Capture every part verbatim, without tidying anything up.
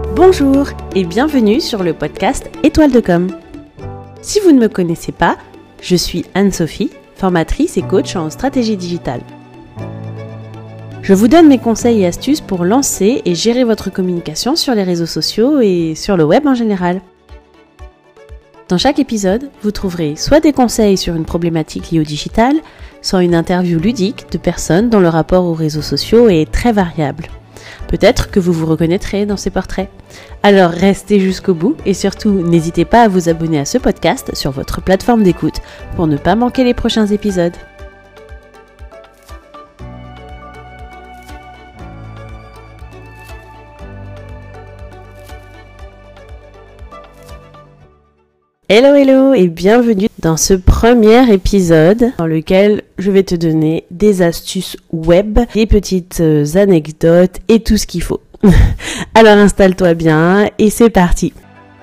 Bonjour et bienvenue sur le podcast Étoile de com. Si vous ne me connaissez pas, je suis Anne-Sophie, formatrice et coach en stratégie digitale. Je vous donne mes conseils et astuces pour lancer et gérer votre communication sur les réseaux sociaux et sur le web en général. Dans chaque épisode, vous trouverez soit des conseils sur une problématique liée au digital, soit une interview ludique de personnes dont le rapport aux réseaux sociaux est très variable. Peut-être que vous vous reconnaîtrez dans ces portraits. Alors restez jusqu'au bout et surtout n'hésitez pas à vous abonner à ce podcast sur votre plateforme d'écoute pour ne pas manquer les prochains épisodes. Hello hello et bienvenue dans ce premier épisode dans lequel je vais te donner des astuces web, des petites anecdotes et tout ce qu'il faut. Alors installe-toi bien et c'est parti.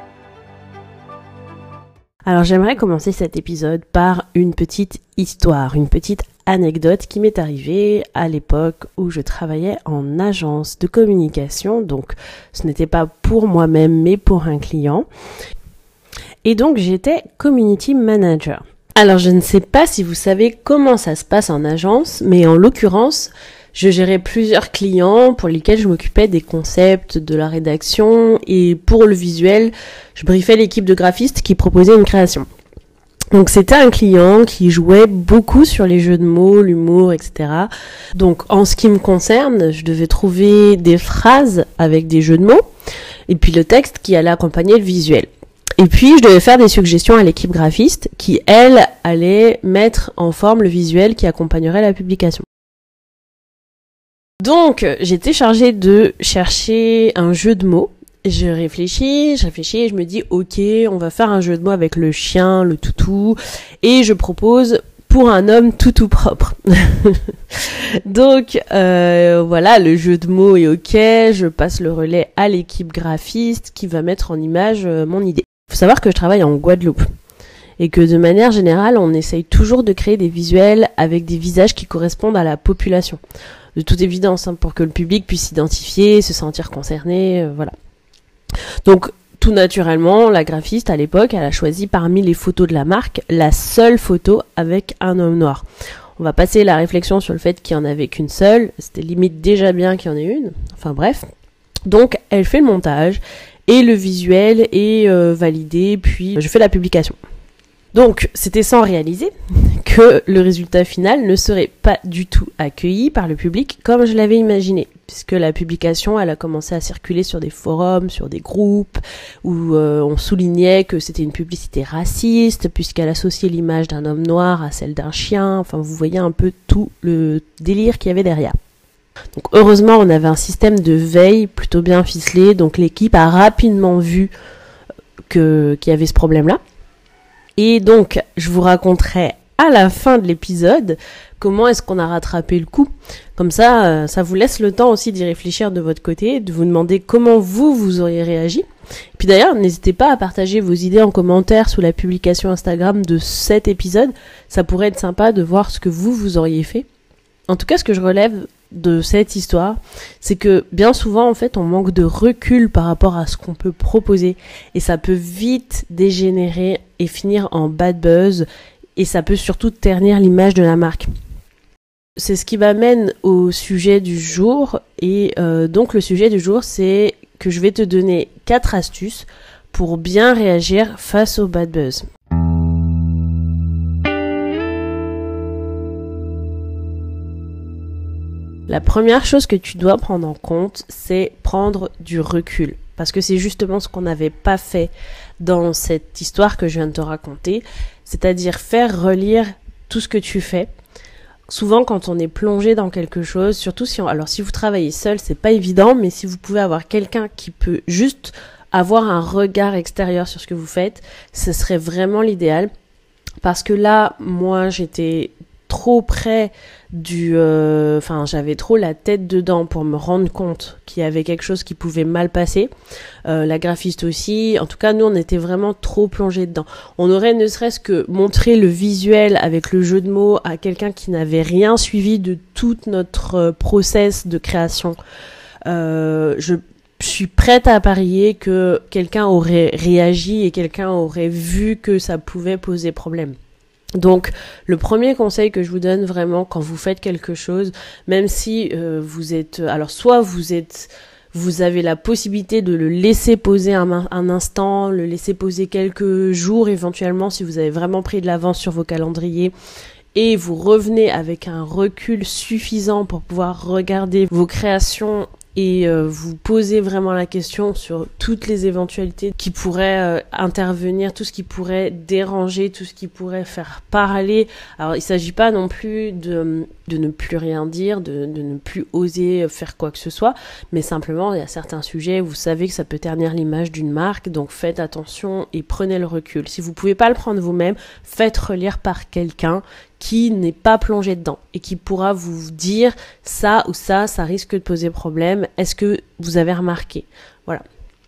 Alors j'aimerais commencer cet épisode par une petite histoire, une petite anecdote qui m'est arrivée à l'époque où je travaillais en agence de communication. Donc ce n'était pas pour moi-même mais pour un client. Et donc, j'étais community manager. Alors, je ne sais pas si vous savez comment ça se passe en agence, mais en l'occurrence, je gérais plusieurs clients pour lesquels je m'occupais des concepts, de la rédaction, et pour le visuel, je briefais l'équipe de graphistes qui proposait une création. Donc, c'était un client qui jouait beaucoup sur les jeux de mots, l'humour, et cetera. Donc, en ce qui me concerne, je devais trouver des phrases avec des jeux de mots, et puis le texte qui allait accompagner le visuel. Et puis, je devais faire des suggestions à l'équipe graphiste qui, elle, allait mettre en forme le visuel qui accompagnerait la publication. Donc, j'étais chargée de chercher un jeu de mots. Je réfléchis, je réfléchis et je me dis, ok, on va faire un jeu de mots avec le chien, le toutou, et je propose pour un homme toutou propre. Donc, euh, voilà, le jeu de mots est ok, je passe le relais à l'équipe graphiste qui va mettre en image euh, mon idée. Il faut savoir que je travaille en Guadeloupe et que de manière générale, on essaye toujours de créer des visuels avec des visages qui correspondent à la population. De toute évidence, hein, pour que le public puisse s'identifier, se sentir concerné, euh, voilà. Donc, tout naturellement, la graphiste, à l'époque, elle a choisi parmi les photos de la marque, la seule photo avec un homme noir. On va passer la réflexion sur le fait qu'il n'y en avait qu'une seule. C'était limite déjà bien qu'il y en ait une. Enfin bref. Donc, elle fait le montage. Et le visuel est euh, validé, puis je fais la publication. Donc, c'était sans réaliser que le résultat final ne serait pas du tout accueilli par le public comme je l'avais imaginé, puisque la publication, elle a commencé à circuler sur des forums, sur des groupes, où euh, on soulignait que c'était une publicité raciste, puisqu'elle associait l'image d'un homme noir à celle d'un chien. Enfin, vous voyez un peu tout le délire qu'il y avait derrière. Donc heureusement, on avait un système de veille plutôt bien ficelé, donc l'équipe a rapidement vu que, qu'il y avait ce problème-là. Et donc, je vous raconterai à la fin de l'épisode comment est-ce qu'on a rattrapé le coup. Comme ça, ça vous laisse le temps aussi d'y réfléchir de votre côté, de vous demander comment vous, vous auriez réagi. Et puis d'ailleurs, n'hésitez pas à partager vos idées en commentaire sous la publication Instagram de cet épisode. Ça pourrait être sympa de voir ce que vous, vous auriez fait. En tout cas, ce que je relève de cette histoire, c'est que bien souvent, en fait, on manque de recul par rapport à ce qu'on peut proposer. Et ça peut vite dégénérer et finir en bad buzz. Et ça peut surtout ternir l'image de la marque. C'est ce qui m'amène au sujet du jour. Et euh, donc, le sujet du jour, c'est que je vais te donner quatre astuces pour bien réagir face au bad buzz. La première chose que tu dois prendre en compte, c'est prendre du recul. Parce que c'est justement ce qu'on n'avait pas fait dans cette histoire que je viens de te raconter. C'est-à-dire faire relire tout ce que tu fais. Souvent, quand on est plongé dans quelque chose, surtout si on, alors si vous travaillez seul, c'est pas évident, mais si vous pouvez avoir quelqu'un qui peut juste avoir un regard extérieur sur ce que vous faites, ce serait vraiment l'idéal. Parce que là, moi, j'étais trop près du... Euh, enfin, j'avais trop la tête dedans pour me rendre compte qu'il y avait quelque chose qui pouvait mal passer. Euh, la graphiste aussi. En tout cas, nous, on était vraiment trop plongés dedans. On aurait ne serait-ce que montré le visuel avec le jeu de mots à quelqu'un qui n'avait rien suivi de tout notre process de création. Euh, je... Je suis prête à parier que quelqu'un aurait réagi et quelqu'un aurait vu que ça pouvait poser problème. Donc, le premier conseil que je vous donne vraiment quand vous faites quelque chose, même si euh, vous êtes, alors soit vous êtes, vous avez la possibilité de le laisser poser un, un instant, le laisser poser quelques jours éventuellement si vous avez vraiment pris de l'avance sur vos calendriers et vous revenez avec un recul suffisant pour pouvoir regarder vos créations et euh, vous posez vraiment la question sur toutes les éventualités qui pourraient euh, intervenir, tout ce qui pourrait déranger, tout ce qui pourrait faire parler. Alors il s'agit pas non plus de, de ne plus rien dire, de, de ne plus oser faire quoi que ce soit, mais simplement il y a certains sujets, vous savez que ça peut ternir l'image d'une marque, donc faites attention et prenez le recul. Si vous pouvez pas le prendre vous-même, faites relire par quelqu'un qui n'est pas plongé dedans et qui pourra vous dire ça ou ça, ça risque de poser problème. Est-ce que vous avez remarqué? Voilà.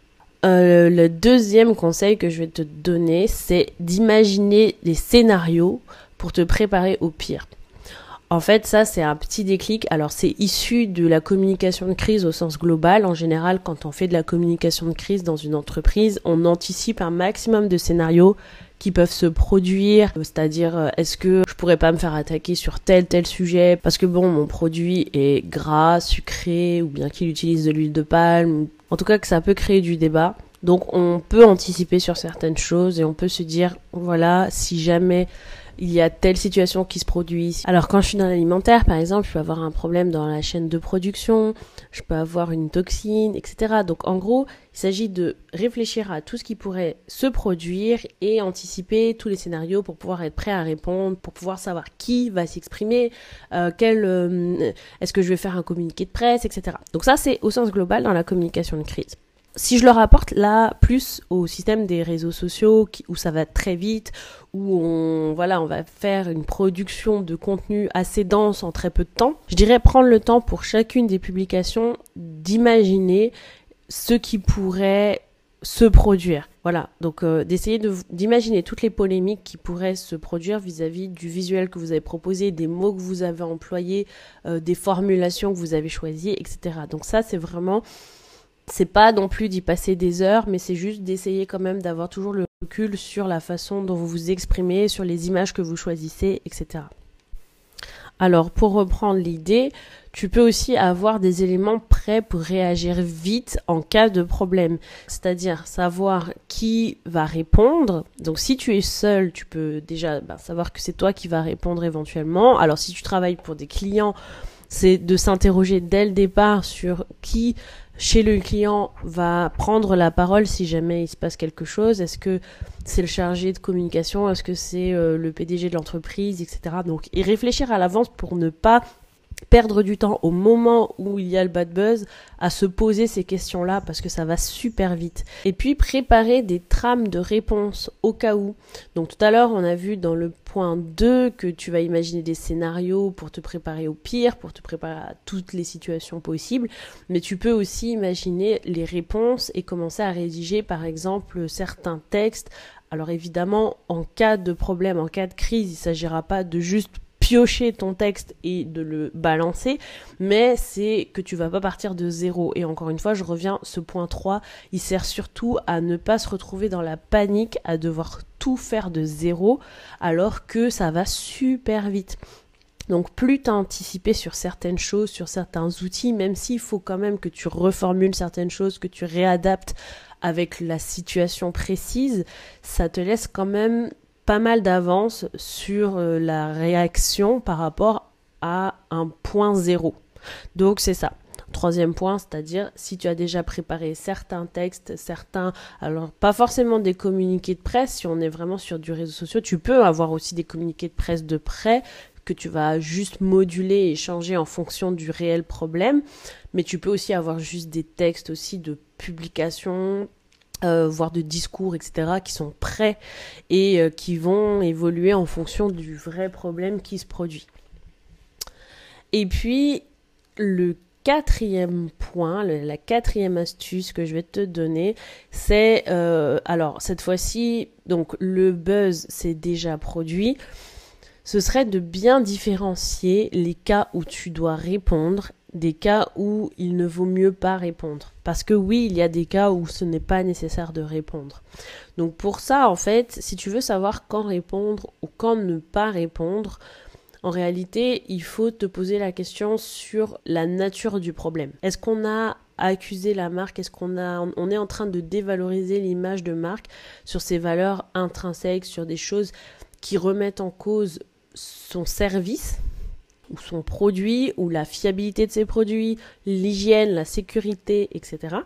Euh, le deuxième conseil que je vais te donner, c'est d'imaginer des scénarios pour te préparer au pire. En fait, ça, c'est un petit déclic. Alors, c'est issu de la communication de crise au sens global. En général, quand on fait de la communication de crise dans une entreprise, on anticipe un maximum de scénarios qui peuvent se produire, c'est-à-dire est-ce que je pourrais pas me faire attaquer sur tel tel sujet parce que bon mon produit est gras, sucré ou bien qu'il utilise de l'huile de palme, en tout cas que ça peut créer du débat. Donc on peut anticiper sur certaines choses et on peut se dire voilà, si jamais il y a telle situation qui se produit. Alors quand je suis dans l'alimentaire, par exemple, je peux avoir un problème dans la chaîne de production, je peux avoir une toxine, et cetera. Donc en gros, il s'agit de réfléchir à tout ce qui pourrait se produire et anticiper tous les scénarios pour pouvoir être prêt à répondre, pour pouvoir savoir qui va s'exprimer, euh, quel, euh, est-ce que je vais faire un communiqué de presse, et cetera. Donc ça, c'est au sens global dans la communication de crise. Si je le rapporte là plus au système des réseaux sociaux qui, où ça va très vite, où on voilà on va faire une production de contenu assez dense en très peu de temps, je dirais prendre le temps pour chacune des publications d'imaginer ce qui pourrait se produire. Voilà, donc euh, d'essayer de, d'imaginer toutes les polémiques qui pourraient se produire vis-à-vis du visuel que vous avez proposé, des mots que vous avez employés, euh, des formulations que vous avez choisies, et cetera. Donc ça, c'est vraiment... C'est pas non plus d'y passer des heures, mais c'est juste d'essayer quand même d'avoir toujours le recul sur la façon dont vous vous exprimez, sur les images que vous choisissez, et cetera. Alors, pour reprendre l'idée, tu peux aussi avoir des éléments prêts pour réagir vite en cas de problème. C'est-à-dire savoir qui va répondre. Donc, si tu es seul, tu peux déjà ben, savoir que c'est toi qui vas répondre éventuellement. Alors, si tu travailles pour des clients, c'est de s'interroger dès le départ sur qui... chez le client va prendre la parole si jamais il se passe quelque chose. Est-ce que c'est le chargé de communication? Est-ce que c'est euh, le P D G de l'entreprise, et cetera. Donc, et réfléchir à l'avance pour ne pas perdre du temps au moment où il y a le bad buzz à se poser ces questions-là parce que ça va super vite. Et puis préparer des trames de réponses au cas où. Donc tout à l'heure on a vu dans le point deux que tu vas imaginer des scénarios pour te préparer au pire, pour te préparer à toutes les situations possibles, mais tu peux aussi imaginer les réponses et commencer à rédiger par exemple certains textes. Alors évidemment en cas de problème, en cas de crise, il ne s'agira pas de juste piocher ton texte et de le balancer, mais c'est que tu vas pas partir de zéro. Et encore une fois, je reviens, ce point trois, il sert surtout à ne pas se retrouver dans la panique, à devoir tout faire de zéro, alors que ça va super vite. Donc plus tu as anticipé sur certaines choses, sur certains outils, même s'il faut quand même que tu reformules certaines choses, que tu réadaptes avec la situation précise, ça te laisse quand même pas mal d'avance sur euh, la réaction par rapport à un point zéro. Donc c'est ça. Troisième point, c'est-à-dire si tu as déjà préparé certains textes, certains, alors pas forcément des communiqués de presse, si on est vraiment sur du réseau social, tu peux avoir aussi des communiqués de presse de près que tu vas juste moduler et changer en fonction du réel problème, mais tu peux aussi avoir juste des textes aussi de publication, Euh, voire de discours, et cetera, qui sont prêts et euh, qui vont évoluer en fonction du vrai problème qui se produit. Et puis, le quatrième point, le, la quatrième astuce que je vais te donner, c'est, euh, alors cette fois-ci, donc le buzz s'est déjà produit, ce serait de bien différencier les cas où tu dois répondre des cas où il ne vaut mieux pas répondre. Parce que oui, il y a des cas où ce n'est pas nécessaire de répondre. Donc pour ça, en fait, si tu veux savoir quand répondre ou quand ne pas répondre, en réalité, il faut te poser la question sur la nature du problème. Est-ce qu'on a accusé la marque? Est-ce qu'on a, on est en train de dévaloriser l'image de marque sur ses valeurs intrinsèques, sur des choses qui remettent en cause son service ou son produit, ou la fiabilité de ses produits, l'hygiène, la sécurité, et cetera.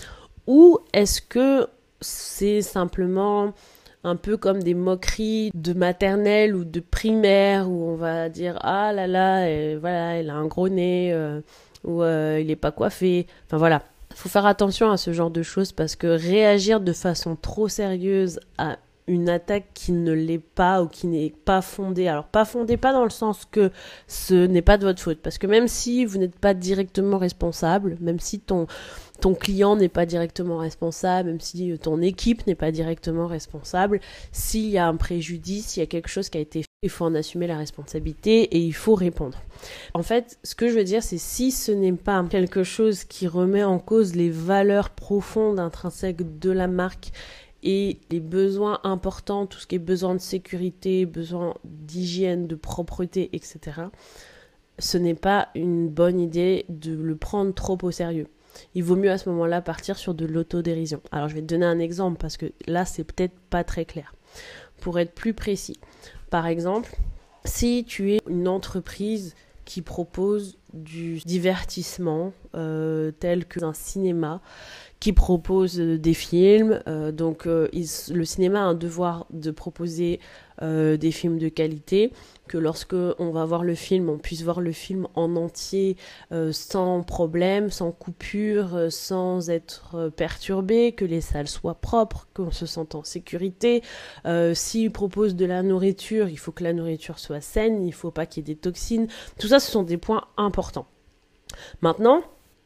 Ou est-ce que c'est simplement un peu comme des moqueries de maternelle ou de primaire, où on va dire « Ah là là, et voilà, elle a un gros nez, euh, ou euh, il n'est pas coiffé ». Enfin voilà, il faut faire attention à ce genre de choses, parce que réagir de façon trop sérieuse à une attaque qui ne l'est pas ou qui n'est pas fondée. Alors pas fondée, pas dans le sens que ce n'est pas de votre faute, parce que même si vous n'êtes pas directement responsable, même si ton, ton client n'est pas directement responsable, même si ton équipe n'est pas directement responsable, s'il y a un préjudice, s'il y a quelque chose qui a été fait, il faut en assumer la responsabilité et il faut répondre. En fait, ce que je veux dire, c'est si ce n'est pas quelque chose qui remet en cause les valeurs profondes, intrinsèques de la marque, et les besoins importants, tout ce qui est besoin de sécurité, besoin d'hygiène, de propreté, et cetera, ce n'est pas une bonne idée de le prendre trop au sérieux. Il vaut mieux à ce moment-là partir sur de l'autodérision. Alors je vais te donner un exemple, parce que là c'est peut-être pas très clair. Pour être plus précis, par exemple, si tu es une entreprise qui propose du divertissement euh, tel qu'un cinéma, qui propose des films, euh, donc euh, il, le cinéma a un devoir de proposer euh, des films de qualité, que lorsque on va voir le film, on puisse voir le film en entier euh, sans problème, sans coupure, euh, sans être perturbé, que les salles soient propres, qu'on se sente en sécurité. Euh, s'il propose de la nourriture, il faut que la nourriture soit saine, il ne faut pas qu'il y ait des toxines. Tout ça, ce sont des points importants. Maintenant,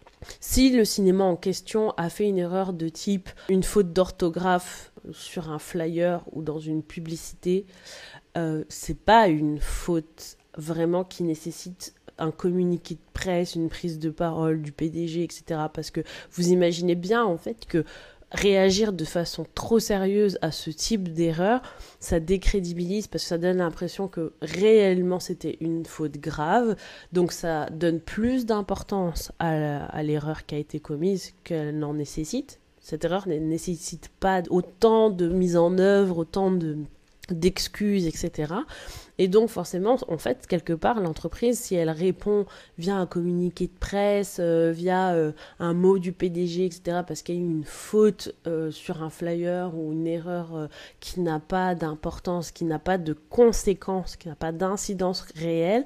si le cinéma en question a fait une erreur de type une faute d'orthographe sur un flyer ou dans une publicité, euh, c'est pas une faute vraiment qui nécessite un communiqué de presse, une prise de parole du P D G, et cetera. Parce que vous imaginez bien en fait que réagir de façon trop sérieuse à ce type d'erreur, ça décrédibilise, parce que ça donne l'impression que réellement c'était une faute grave, donc ça donne plus d'importance à, à l'erreur qui a été commise qu'elle n'en nécessite. Cette erreur ne nécessite pas autant de mise en œuvre, autant de d'excuses, et cetera. Et donc forcément, en fait, quelque part, l'entreprise, si elle répond via un communiqué de presse, euh, via euh, un mot du P D G, et cetera, parce qu'il y a eu une faute euh, sur un flyer ou une erreur euh, qui n'a pas d'importance, qui n'a pas de conséquences, qui n'a pas d'incidence réelle,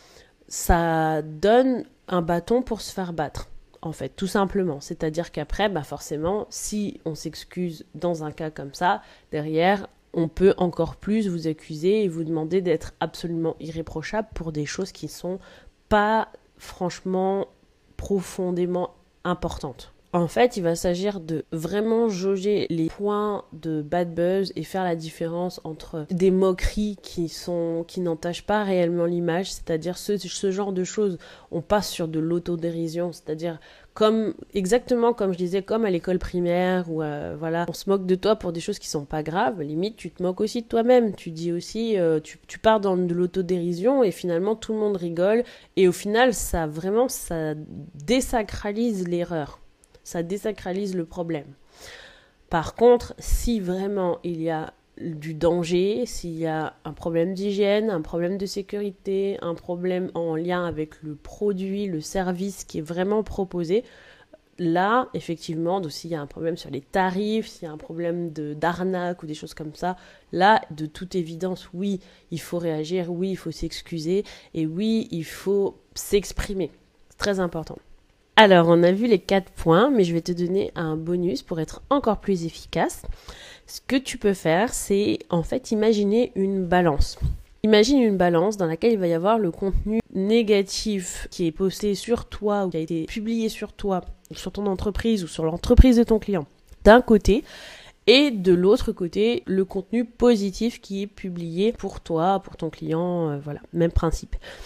ça donne un bâton pour se faire battre. En fait, tout simplement. C'est-à-dire qu'après, bah forcément, si on s'excuse dans un cas comme ça, derrière, on peut encore plus vous accuser et vous demander d'être absolument irréprochable pour des choses qui ne sont pas franchement profondément importantes. En fait, il va s'agir de vraiment jauger les points de bad buzz et faire la différence entre des moqueries qui sont qui n'entachent pas réellement l'image, c'est-à-dire ce, ce genre de choses, on passe sur de l'autodérision, c'est-à-dire comme exactement comme je disais, comme à l'école primaire où euh, voilà, on se moque de toi pour des choses qui sont pas graves, limite tu te moques aussi de toi-même, tu dis aussi euh, tu, tu pars dans de l'autodérision et finalement tout le monde rigole et au final ça vraiment ça désacralise l'erreur. Ça désacralise le problème. Par contre, si vraiment il y a du danger, s'il y a un problème d'hygiène, un problème de sécurité, un problème en lien avec le produit, le service qui est vraiment proposé, là, effectivement, donc s'il y a un problème sur les tarifs, s'il y a un problème de, d'arnaque ou des choses comme ça, là, de toute évidence, oui, il faut réagir, oui, il faut s'excuser, et oui, il faut s'exprimer. C'est très important. Alors, on a vu les quatre points, mais je vais te donner un bonus pour être encore plus efficace. Ce que tu peux faire, c'est en fait imaginer une balance. Imagine une balance dans laquelle il va y avoir le contenu négatif qui est posté sur toi ou qui a été publié sur toi, sur ton entreprise ou sur l'entreprise de ton client d'un côté, et de l'autre côté, le contenu positif qui est publié pour toi, pour ton client, euh, voilà, même principe.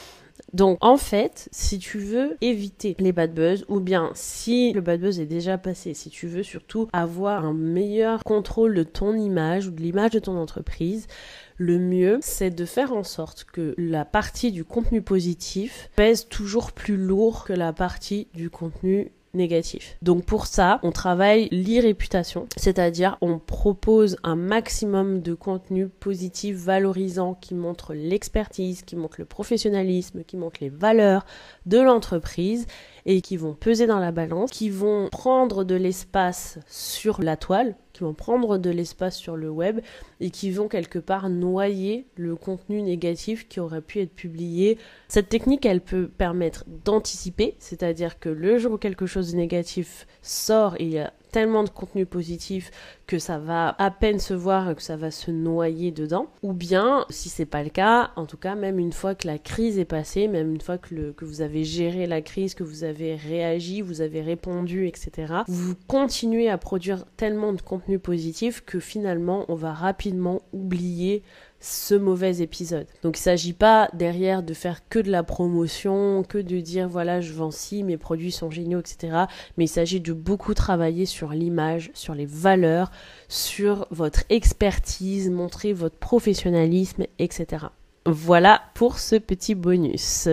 Donc en fait, si tu veux éviter les bad buzz, ou bien si le bad buzz est déjà passé, si tu veux surtout avoir un meilleur contrôle de ton image ou de l'image de ton entreprise, le mieux, c'est de faire en sorte que la partie du contenu positif pèse toujours plus lourd que la partie du contenu négatif. Donc pour ça, on travaille l'e-réputation, c'est-à-dire on propose un maximum de contenu positif, valorisant, qui montre l'expertise, qui montre le professionnalisme, qui montre les valeurs de l'entreprise et qui vont peser dans la balance, qui vont prendre de l'espace sur la toile, qui vont prendre de l'espace sur le web et qui vont quelque part noyer le contenu négatif qui aurait pu être publié. Cette technique, elle peut permettre d'anticiper, c'est-à-dire que le jour où quelque chose de négatif sort et il y a tellement de contenu positif que ça va à peine se voir et que ça va se noyer dedans. Ou bien, si c'est pas le cas, en tout cas, même une fois que la crise est passée, même une fois que, le, que vous avez géré la crise, que vous avez réagi, vous avez répondu, et cetera, vous continuez à produire tellement de contenu positif que finalement, on va rapidement oublier ce mauvais épisode. Donc il s'agit pas derrière de faire que de la promotion, que de dire voilà je vends ci, mes produits sont géniaux, et cetera. Mais il s'agit de beaucoup travailler sur l'image, sur les valeurs, sur votre expertise, montrer votre professionnalisme, et cetera. Voilà pour ce petit bonus.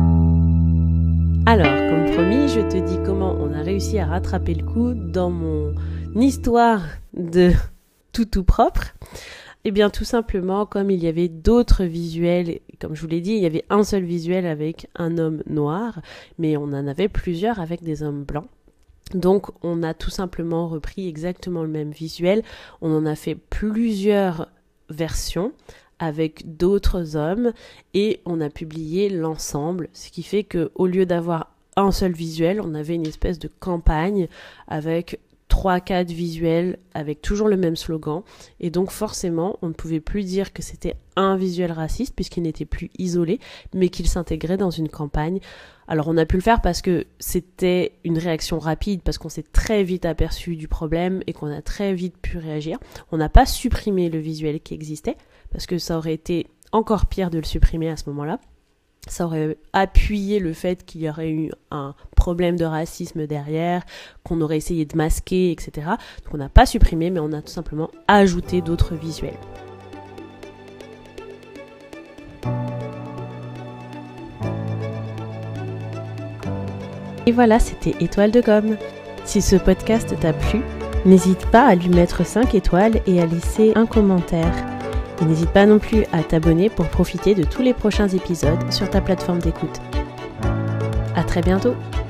Alors, comme promis, je te dis comment on a réussi à rattraper le coup dans mon histoire de tout tout propre. Eh bien, tout simplement, comme il y avait d'autres visuels, comme je vous l'ai dit, il y avait un seul visuel avec un homme noir, mais on en avait plusieurs avec des hommes blancs. Donc, on a tout simplement repris exactement le même visuel. On en a fait plusieurs versions avec d'autres hommes et on a publié l'ensemble, ce qui fait qu'au lieu d'avoir un seul visuel, on avait une espèce de campagne avec trois quatre visuels avec toujours le même slogan et donc forcément on ne pouvait plus dire que c'était un visuel raciste puisqu'il n'était plus isolé mais qu'il s'intégrait dans une campagne. Alors on a pu le faire parce que c'était une réaction rapide, parce qu'on s'est très vite aperçu du problème et qu'on a très vite pu réagir. On n'a pas supprimé le visuel qui existait parce que ça aurait été encore pire de le supprimer à ce moment-là. Ça aurait appuyé le fait qu'il y aurait eu un problème de racisme derrière, qu'on aurait essayé de masquer, et cetera. Donc on n'a pas supprimé, mais on a tout simplement ajouté d'autres visuels. Et voilà, c'était Étoile de gomme. Si ce podcast t'a plu, n'hésite pas à lui mettre cinq étoiles et à laisser un commentaire. Et n'hésite pas non plus à t'abonner pour profiter de tous les prochains épisodes sur ta plateforme d'écoute. À très bientôt!